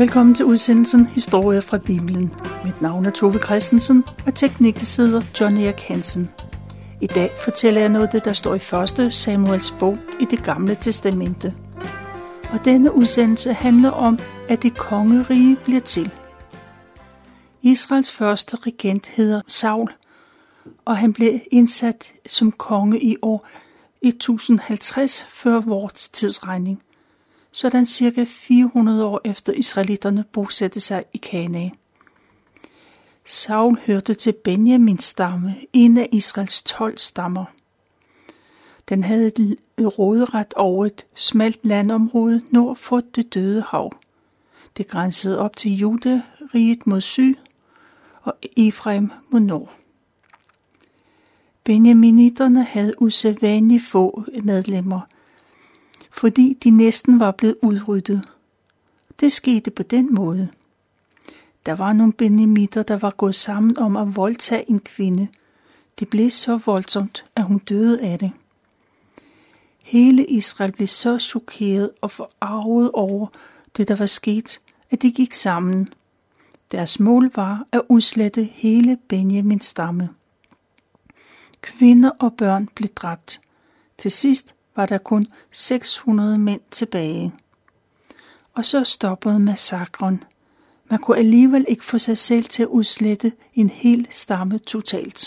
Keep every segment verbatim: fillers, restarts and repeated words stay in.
Velkommen til udsendelsen Historie fra Bibelen. Mit navn er Tove Christensen, og teknikken sidder John Erik Hansen. I dag fortæller jeg noget, der står i første Samuels bog i Det Gamle Testamente. Og denne udsendelse handler om, at det kongerige bliver til. Israels første regent hedder Saul, og han blev indsat som konge i år et tusind halvtreds før vores tidsregning, sådan cirka fire hundrede år efter israelitterne bosatte sig i Kanaan. Saul hørte til Benjamins stamme, en af Israels tolv stammer. Den havde et råderet over et smalt landområde nord for det Døde Hav. Det grænsede op til Juda-riget mod syd og Efraim mod nord. Benjaminitterne havde usædvanligt få medlemmer, fordi de næsten var blevet udryddet. Det skete på den måde. Der var nogle benjaminitter, der var gået sammen om at voldtage en kvinde. Det blev så voldsomt, at hun døde af det. Hele Israel blev så chokeret og forarvet over det, der var sket, at de gik sammen. Deres mål var at udslette hele Benjamins stamme. Kvinder og børn blev dræbt. Til sidst var der kun seks hundrede mænd tilbage. Og så stoppede massakren. Man kunne alligevel ikke få sig selv til at udslette en hel stamme totalt.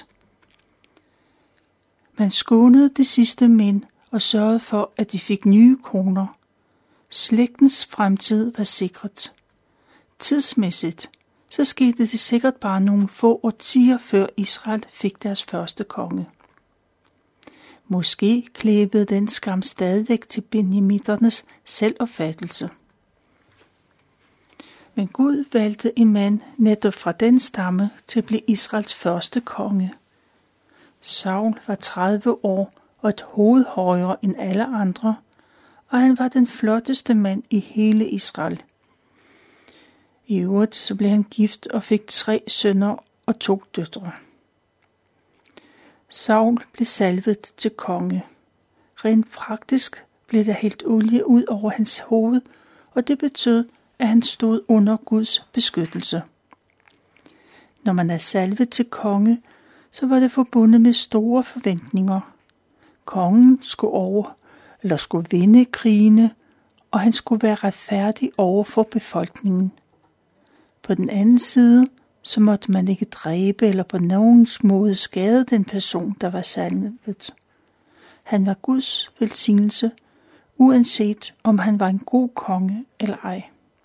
Man skånede de sidste mænd og sørgede for, at de fik nye koner. Slægtens fremtid var sikret. Tidsmæssigt så skete det sikkert bare nogle få årtier før Israel fik deres første konge. Måske klæbede den skam stadigvæk til benjaminitternes selvopfattelse. Men Gud valgte en mand netop fra den stamme til at blive Israels første konge. Saul var tredive år og et hoved højere end alle andre, og han var den flotteste mand i hele Israel. I øvrigt så blev han gift og fik tre sønner og to døtre. Saul blev salvet til konge. Rent praktisk blev der hældt olie ud over hans hoved, og det betød, at han stod under Guds beskyttelse. Når man er salvet til konge, så var det forbundet med store forventninger. Kongen skulle over, eller skulle vinde krigene, og han skulle være retfærdig over for befolkningen. På den anden side, så måtte man ikke dræbe eller på nogen måde skade den person, der var salvet. Han var Guds velsignelse, uanset om han var en god konge eller ej.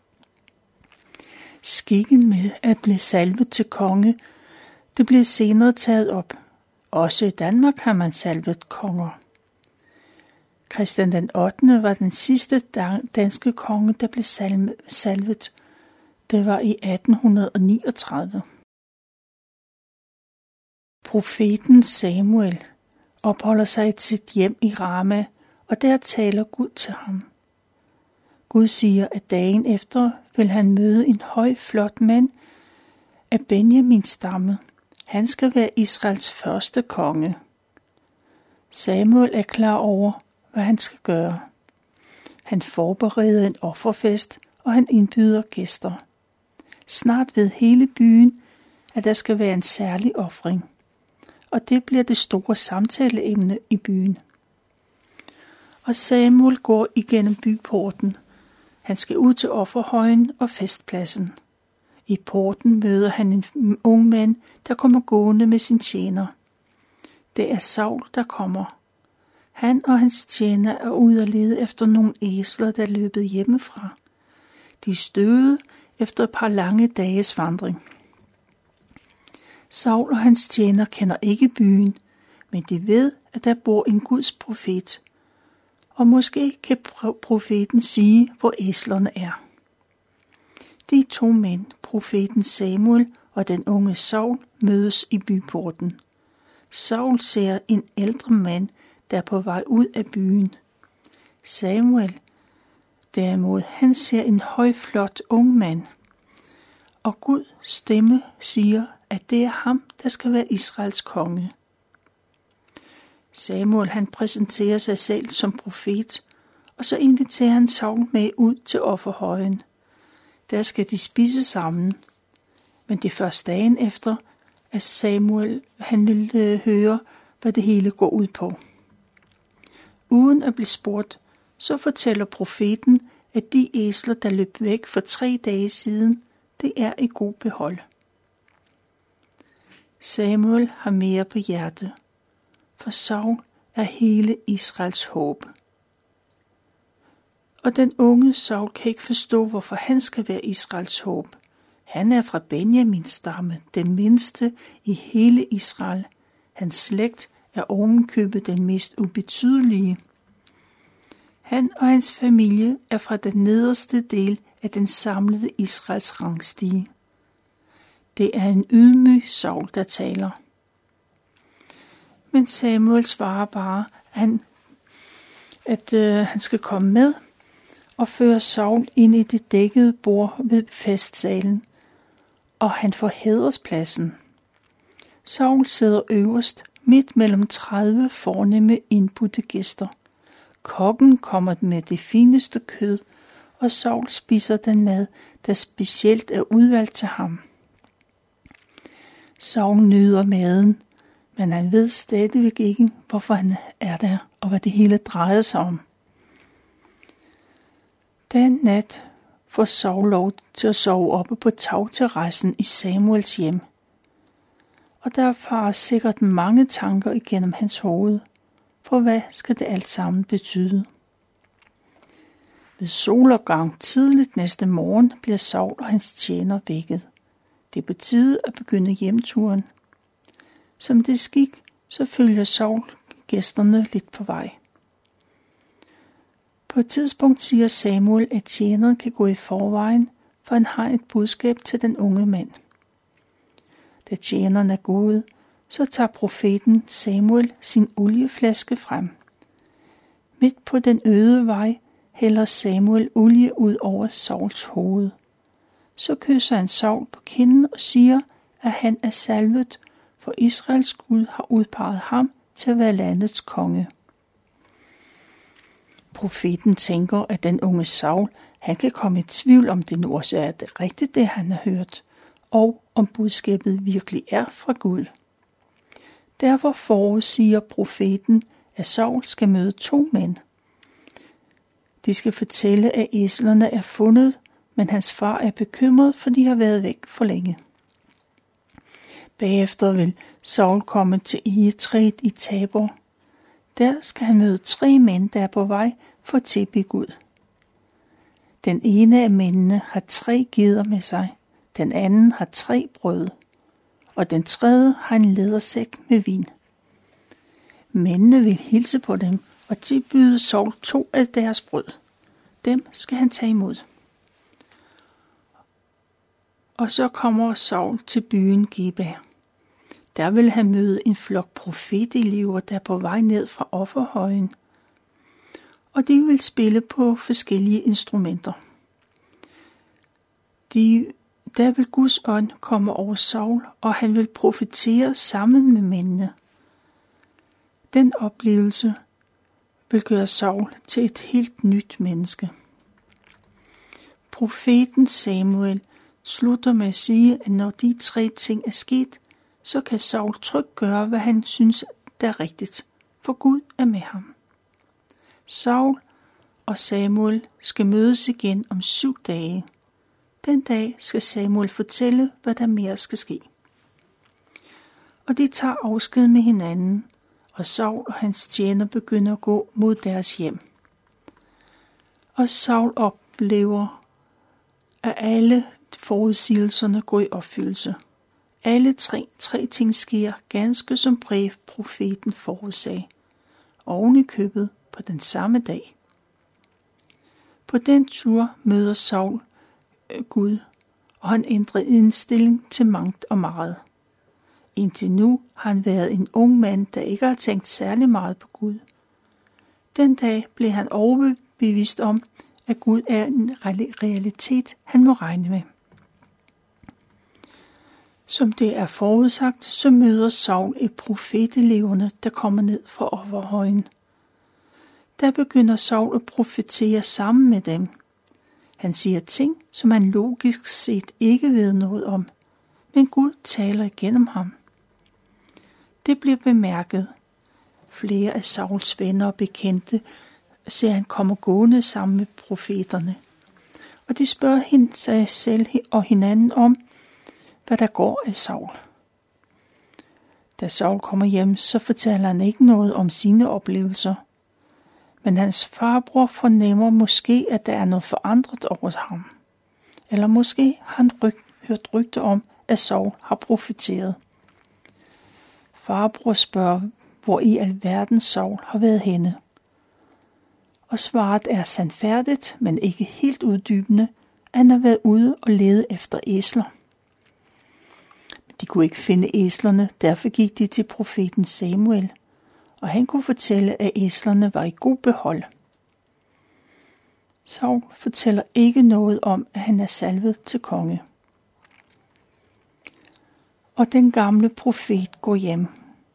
Skikken med at blive salvet til konge, det blev senere taget op. Også i Danmark har man salvet konger. Christian den ottende var den sidste danske konge, der blev salvet. Det var i atten niogtredive. Profeten Samuel opholder sig i sit hjem i Rama, og der taler Gud til ham. Gud siger, at dagen efter vil han møde en høj, flot mand af Benjamins stamme. Han skal være Israels første konge. Samuel er klar over, hvad han skal gøre. Han forbereder en offerfest, og han indbyder gæster. Snart ved hele byen, at der skal være en særlig ofring, og det bliver det store samtaleemne i byen. Og Samuel går igennem byporten. Han skal ud til offerhøjen og festpladsen. I porten møder han en ung mand, der kommer gående med sin tjener. Det er Saul, der kommer. Han og hans tjener er ude at lede efter nogle æsler, der er løbet hjemmefra. De støvede efter et par lange dages vandring. Saul og hans tjener kender ikke byen, men de ved, at der bor en Guds profet, og måske kan profeten sige, hvor æslerne er. De to mænd, profeten Samuel og den unge Saul, mødes i byporten. Saul ser en ældre mand, der er på vej ud af byen. Samuel derimod, han ser en højflot ung mand, og Guds stemme siger, at det er ham, der skal være Israels konge. Samuel han præsenterer sig selv som profet, og så inviterer han Saul med ud til offerhøjen. Der skal de spise sammen. Men det er først dagen efter, at Samuel han ville høre, hvad det hele går ud på. Uden at blive spurgt, så fortæller profeten, at de æsler, der løb væk for tre dage siden, det er i god behold. Samuel har mere på hjerte, for Saul er hele Israels håb. Og den unge Saul kan ikke forstå, hvorfor han skal være Israels håb. Han er fra Benjamins stamme, den mindste i hele Israel. Hans slægt er ovenkøbet den mest ubetydelige. Han og hans familie er fra den nederste del af den samlede Israels rangstige. Det er en ydmyg Saul, der taler. Men Samuel svarer bare, at han, at, øh, han skal komme med og føre Saul ind i det dækkede bord ved festsalen, og han får hæderspladsen. Saul sidder øverst midt mellem tredive fornemme indbudte gæster. Kokken kommer med det fineste kød, og Saul spiser den mad, der specielt er udvalgt til ham. Saul nyder maden, men han ved stadigvæk ikke, hvorfor han er der, og hvad det hele drejer sig om. Den nat får Saul lov til at sove oppe på tagterrassen i Samuels hjem. Og der farer sikkert mange tanker igennem hans hoved. For hvad skal det alt sammen betyde? Ved solopgang tidligt næste morgen bliver Saul og hans tjener vækket. Det er på tide at begynde hjemturen. Som det skik, så følger Saul gæsterne lidt på vej. På et tidspunkt siger Samuel, at tjeneren kan gå i forvejen, for han har et budskab til den unge mand. Da tjeneren er gået, så tager profeten Samuel sin olieflaske frem. Midt på den øde vej hælder Samuel olie ud over Sauls hoved. Så kysser han Saul på kinden og siger, at han er salvet, for Israels Gud har udpeget ham til at være landets konge. Profeten tænker, at den unge Saul, han kan komme i tvivl om det nu også er det rigtigt, det han har hørt, og om budskabet virkelig er fra Gud. Derfor forudsiger profeten, at Saul skal møde to mænd. De skal fortælle, at æslerne er fundet, men hans far er bekymret, for de har været væk for længe. Bagefter vil Saul komme til egetræet i Tabor. Der skal han møde tre mænd, der er på vej for at tilbede Gud. Den ene af mændene har tre geder med sig, den anden har tre brød, og den tredje har en lædersæk med vin. Mændene vil hilse på dem og tilbyde Saul to af deres brød. Dem skal han tage imod. Og så kommer Saul til byen Geba. Der vil han møde en flok profetelever, der er på vej ned fra offerhøjen. Og de vil spille på forskellige instrumenter. De, der vil Guds ånd komme over Saul, og han vil profetere sammen med mændene. Den oplevelse vil gøre Saul til et helt nyt menneske. Profeten Samuel slutter med at sige, at når de tre ting er sket, så kan Saul trygt gøre, hvad han synes, der er rigtigt, for Gud er med ham. Saul og Samuel skal mødes igen om syv dage. Den dag skal Samuel fortælle, hvad der mere skal ske. Og de tager afsked med hinanden, og Saul og hans tjener begynder at gå mod deres hjem. Og Saul oplever, at alle forudsigelserne går i opfyldelse. Alle tre, tre ting sker ganske som profeten forudsagde, oven i købet på den samme dag. På den tur møder Saul øh, Gud, og han ændrer indstilling til mangt og meget. Indtil nu har han været en ung mand, der ikke har tænkt særlig meget på Gud. Den dag blev han overbevist om, at Gud er en realitet, han må regne med. Som det er forudsagt, så møder Saul et profetelevende, der kommer ned fra offerhøjen. Der begynder Saul at profetere sammen med dem. Han siger ting, som han logisk set ikke ved noget om, men Gud taler igennem ham. Det bliver bemærket. Flere af Sauls venner og bekendte ser han kommer gående sammen med profeterne, og de spørger hende sig selv og hinanden om, hvad der går af Saul. Da Saul kommer hjem, så fortæller han ikke noget om sine oplevelser, men hans farbror fornemmer måske, at der er noget forandret over ham. Eller måske har han ryg, hørt rygter om, at Saul har profeteret. Farbror spørger, hvor i alverden Saul har været henne. Og svaret er sandfærdigt, men ikke helt uddybende, at han har været ude og lede efter æsler. De kunne ikke finde æslerne, derfor gik de til profeten Samuel, og han kunne fortælle, at æslerne var i god behold. Saul fortæller ikke noget om, at han er salvet til konge. Og den gamle profet går hjem.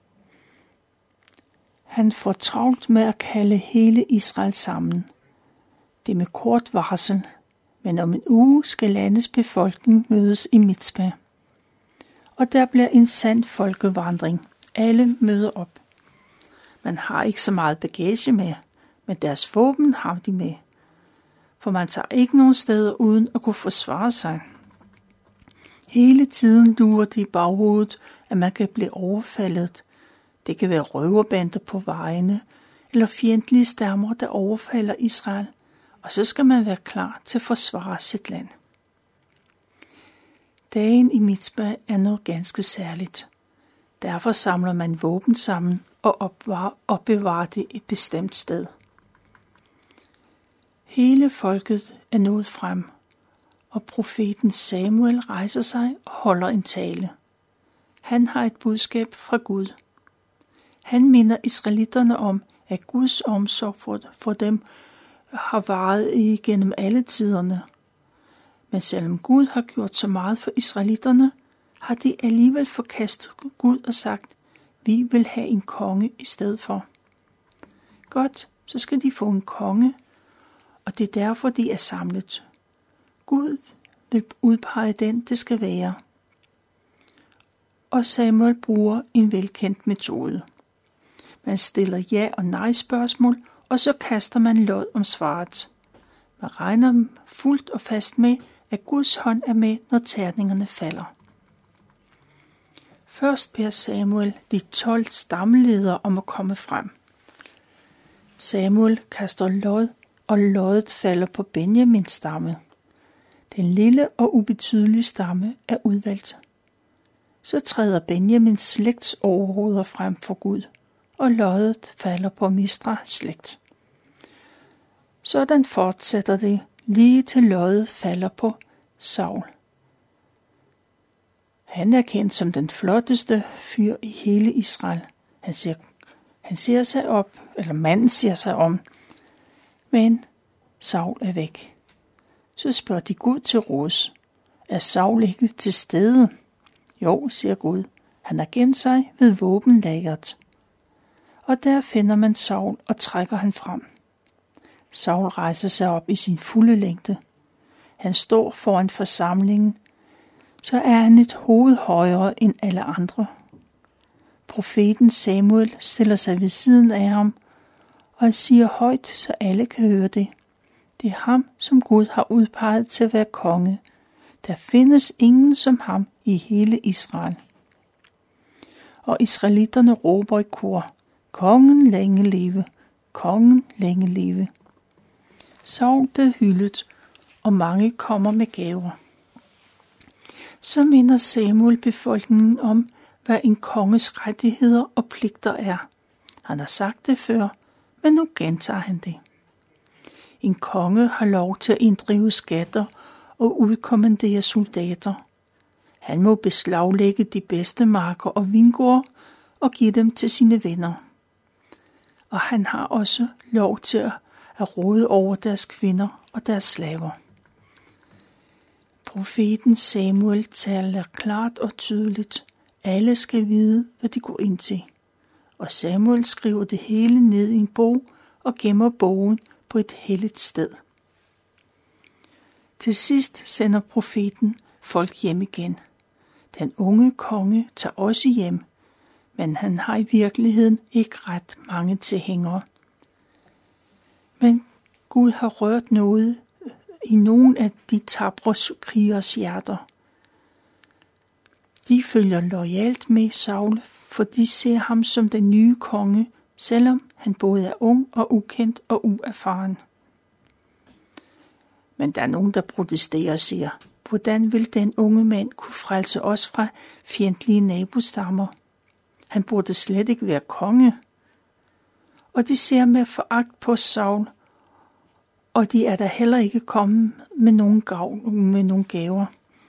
Han får travlt med at kalde hele Israel sammen. Det er med kort varsel, men om en uge skal landets befolkning mødes i Mizpah. Og der bliver en sand folkevandring. Alle møder op. Man har ikke så meget bagage med, men deres våben har de med. For man tager ikke nogen steder uden at kunne forsvare sig. Hele tiden lurer det i baghovedet, at man kan blive overfaldet. Det kan være røverbander på vejene, eller fjendtlige stammer, der overfalder Israel, og så skal man være klar til at forsvare sit land. Dagen i Mizpah er noget ganske særligt. Derfor samler man våben sammen og opbevarer, opbevarer det et bestemt sted. Hele folket er nået frem, og profeten Samuel rejser sig og holder en tale. Han har et budskab fra Gud. Han minder israelitterne om, at Guds omsorg for, for dem har varet igennem alle tiderne. Men selvom Gud har gjort så meget for israelitterne, har de alligevel forkastet Gud og sagt, vi vil have en konge i stedet for. Godt, så skal de få en konge, og det er derfor, de er samlet. Gud vil udpege den, det skal være. Og Samuel bruger en velkendt metode. Man stiller ja- og nej-spørgsmål, og så kaster man lod om svaret. Man regner fuldt og fast med, at Guds hånd er med, når terningerne falder. Først beder Samuel de tolv stammeledere om at komme frem. Samuel kaster lod, og loddet falder på Benjamins stamme. Den lille og ubetydelige stamme er udvalgt. Så træder Benjamins slægts overhoveder frem for Gud, og loddet falder på Mistra slægt. Sådan fortsætter det, lige til loddet falder på Saul. Han er kendt som den flotteste fyr i hele Israel. Han ser, han ser sig op, eller manden ser sig om, men Saul er væk. Så spørger de Gud til råds. Er Saul ikke til stede? Jo, siger Gud. Han har gemt sig ved våbenlageret. Og der finder man Saul og trækker han frem. Saul rejser sig op i sin fulde længde. Han står foran forsamlingen, så er han et hoved højere end alle andre. Profeten Samuel stiller sig ved siden af ham og siger højt, så alle kan høre det. Det er ham, som Gud har udpeget til at være konge. Der findes ingen som ham i hele Israel. Og israelitterne råber i kor, kongen længe leve, kongen længe leve. Saul blev hyldet, og mange kommer med gaver. Så minder Samuel befolkningen om, hvad en konges rettigheder og pligter er. Han har sagt det før, men nu gentager han det. En konge har lov til at inddrive skatter og udkommandere soldater. Han må beslaglægge de bedste marker og vingårde og give dem til sine venner. Og han har også lov til at råde over deres kvinder og deres slaver. Profeten Samuel taler klart og tydeligt. Alle skal vide, hvad de går ind til. Og Samuel skriver det hele ned i en bog og gemmer bogen på et helligt sted. Til sidst sender profeten folk hjem igen. Den unge konge tager også hjem, men han har i virkeligheden ikke ret mange tilhængere. Men Gud har rørt noget i nogle af de tabre krigers hjerter. De følger loyalt med Saul, for de ser ham som den nye konge, selvom han både er ung og ukendt og uerfaren. Men der er nogen, der protesterer og siger, hvordan vil den unge mand kunne frelse os fra fjendtlige nabostammer? Han burde slet ikke være konge. Og de ser med foragt på Saul, og de er der heller ikke kommet med nogen, gav, med nogen gaver.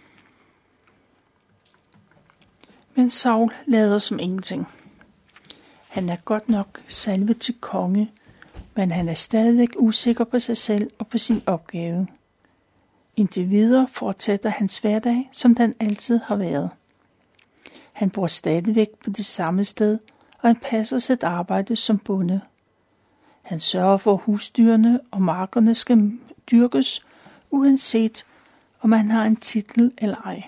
Men Saul lader som ingenting. Han er godt nok salvet til konge, men han er stadigvæk usikker på sig selv og på sin opgave. Indtil videre fortsætter hans hverdag, som den altid har været. Han bor stadigvæk på det samme sted, og han passer sit arbejde som bonde. Han sørger for, at husdyrene og markerne skal dyrkes, uanset om han har en titel eller ej.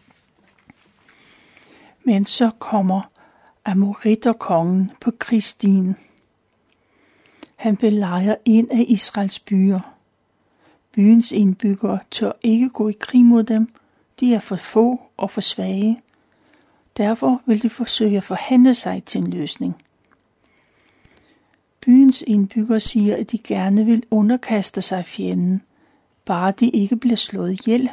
Men så kommer Amoritterkongen på krigsstien. Han belejrer en af Israels byer. Byens indbyggere tør ikke gå i krig mod dem. De er for få og for svage. Derfor vil de forsøge at forhandle sig til en løsning. Byens indbyggere siger, at de gerne vil underkaste sig fjenden, bare de ikke bliver slået ihjel.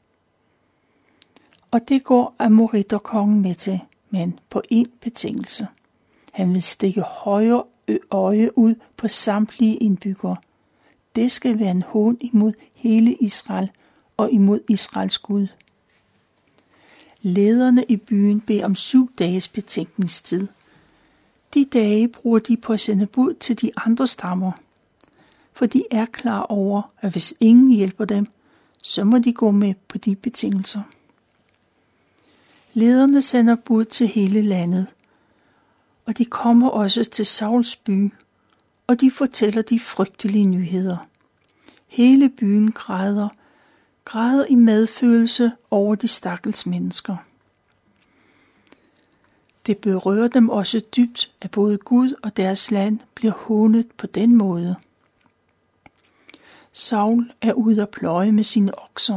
Og det går Amoritterkongen med til, men på én betingelse. Han vil stikke højre øje ud på samtlige indbyggere. Det skal være en hån imod hele Israel og imod Israels Gud. Lederne i byen beder om syv dages betænkningstid. De dage bruger de på at sende bud til de andre stammer, for de er klar over, at hvis ingen hjælper dem, så må de gå med på de betingelser. Lederne sender bud til hele landet, og de kommer også til Sauls by, og de fortæller de frygtelige nyheder. Hele byen græder, græder i medfølelse over de stakkels mennesker. Det berører dem også dybt, at både Gud og deres land bliver hånet på den måde. Saul er ude at pløje med sine okser.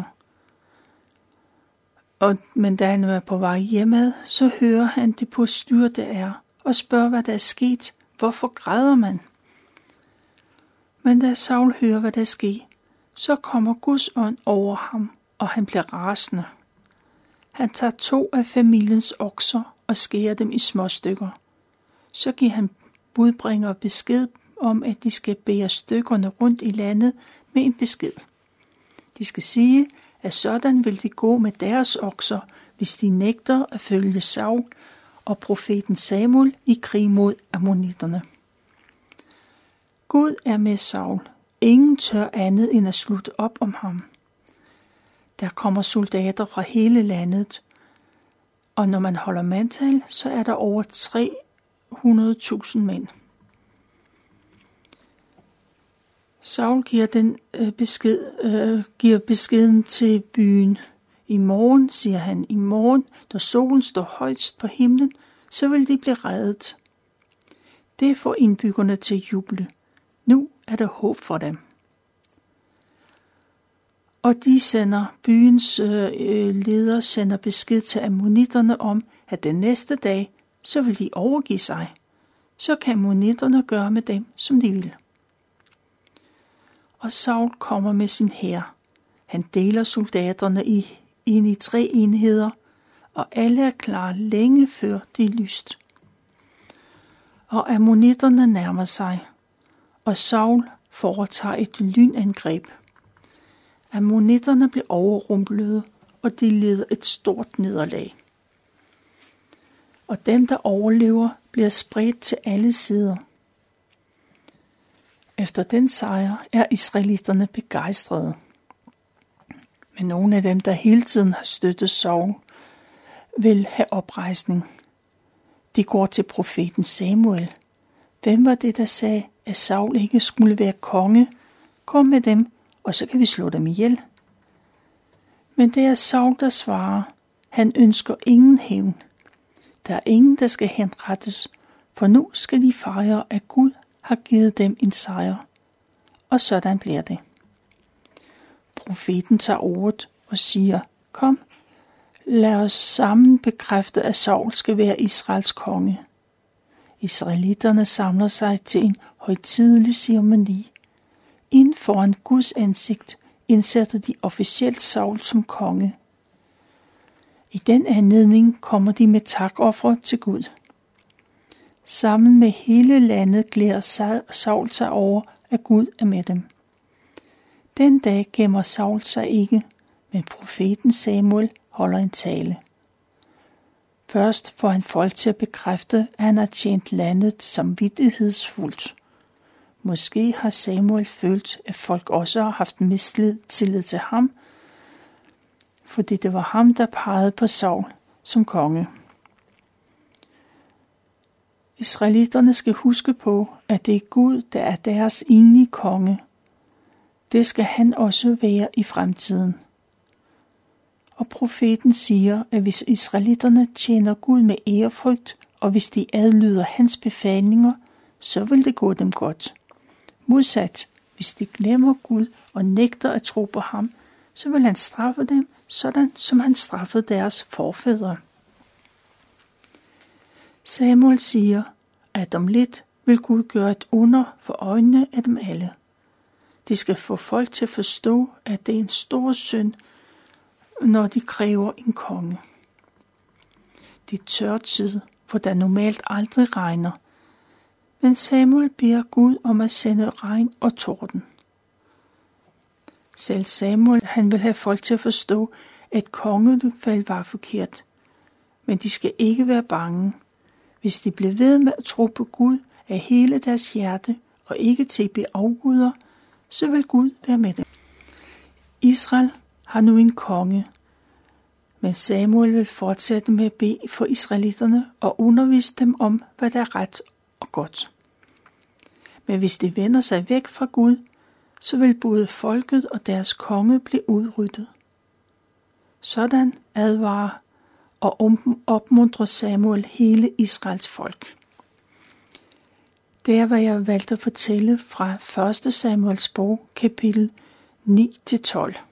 Og, men da han er på vej hjemad, så hører han det på styr, det er, og spørger, hvad der er sket. Hvorfor græder man? Men da Saul hører, hvad der er sket, så kommer Guds ånd over ham, og han bliver rasende. Han tager to af familiens okser og skærer dem i små stykker. Så giver han budbringer besked om, at de skal bære stykkerne rundt i landet med en besked. De skal sige, at sådan vil de gå med deres okser, hvis de nægter at følge Saul og profeten Samuel i krig mod ammonitterne. Gud er med Saul. Ingen tør andet end at slutte op om ham. Der kommer soldater fra hele landet, og når man holder mandtal, så er der over tre hundrede tusind mænd. Saul giver, den, øh, besked, øh, giver beskeden til byen. I morgen, siger han, i morgen, når solen står højst på himlen, så vil de blive reddet. Det får indbyggerne til at juble. Nu er der håb for dem. Og de sender, byens øh, leder sender besked til ammonitterne om, at den næste dag, så vil de overgive sig. Så kan ammonitterne gøre med dem, som de vil. Og Saul kommer med sin hær. Han deler soldaterne i, ind i tre enheder, og alle er klar længe før det er lyst. Og ammonitterne nærmer sig, og Saul foretager et lynangreb. Ammonitterne bliver overrumplede, og de lider et stort nederlag. Og dem, der overlever, bliver spredt til alle sider. Efter den sejr er israelitterne begejstrede. Men nogle af dem, der hele tiden har støttet Saul, vil have oprejsning. De går til profeten Samuel. Hvem var det, der sagde, at Saul ikke skulle være konge? Kom med dem, og så kan vi slå dem ihjel. Men det er Saul, der svarer. Han ønsker ingen hævn. Der er ingen, der skal henrettes, for nu skal de fejre, at Gud har givet dem en sejr. Og sådan bliver det. Profeten tager ordet og siger, kom, lad os sammen bekræfte, at Saul skal være Israels konge. Israelitterne samler sig til en højtidelig ceremoni. Inden foran Guds ansigt indsætter de officielt Saul som konge. I den anledning kommer de med takoffer til Gud. Sammen med hele landet glæder Saul sig over, at Gud er med dem. Den dag gemmer Saul sig ikke, men profeten Samuel holder en tale. Først får han folk til at bekræfte, at han har tjent landet samvittighedsfuldt. Måske har Samuel følt, at folk også har haft mistet tillid til ham, fordi det var ham, der pegede på Saul som konge. Israelitterne skal huske på, at det er Gud, der er deres enlige konge. Det skal han også være i fremtiden. Og profeten siger, at hvis israelitterne tjener Gud med ærefrygt, og hvis de adlyder hans befalinger, så vil det gå dem godt. Modsat, hvis de glemmer Gud og nægter at tro på ham, så vil han straffe dem, sådan som han straffede deres forfædre. Samuel siger, at om lidt vil Gud gøre et under for øjnene af dem alle. De skal få folk til at forstå, at det er en stor synd, når de kræver en konge. Det er tør tid, hvor der normalt aldrig regner, men Samuel beder Gud om at sende regn og torden. Selv Samuel, han vil have folk til at forstå, at kongevalg var forkert, men de skal ikke være bange. Hvis de bliver ved med at tro på Gud af hele deres hjerte og ikke tilbe afguder, så vil Gud være med dem. Israel har nu en konge, men Samuel vil fortsætte med at bede for israelitterne og undervise dem om, hvad der er ret og godt. Men hvis de vender sig væk fra Gud, så vil både folket og deres konge blive udryddet. Sådan advarer og opmuntrer Samuel hele Israels folk. Det er, hvad jeg valgte at fortælle fra første Samuels bog, kapitel ni til tolv.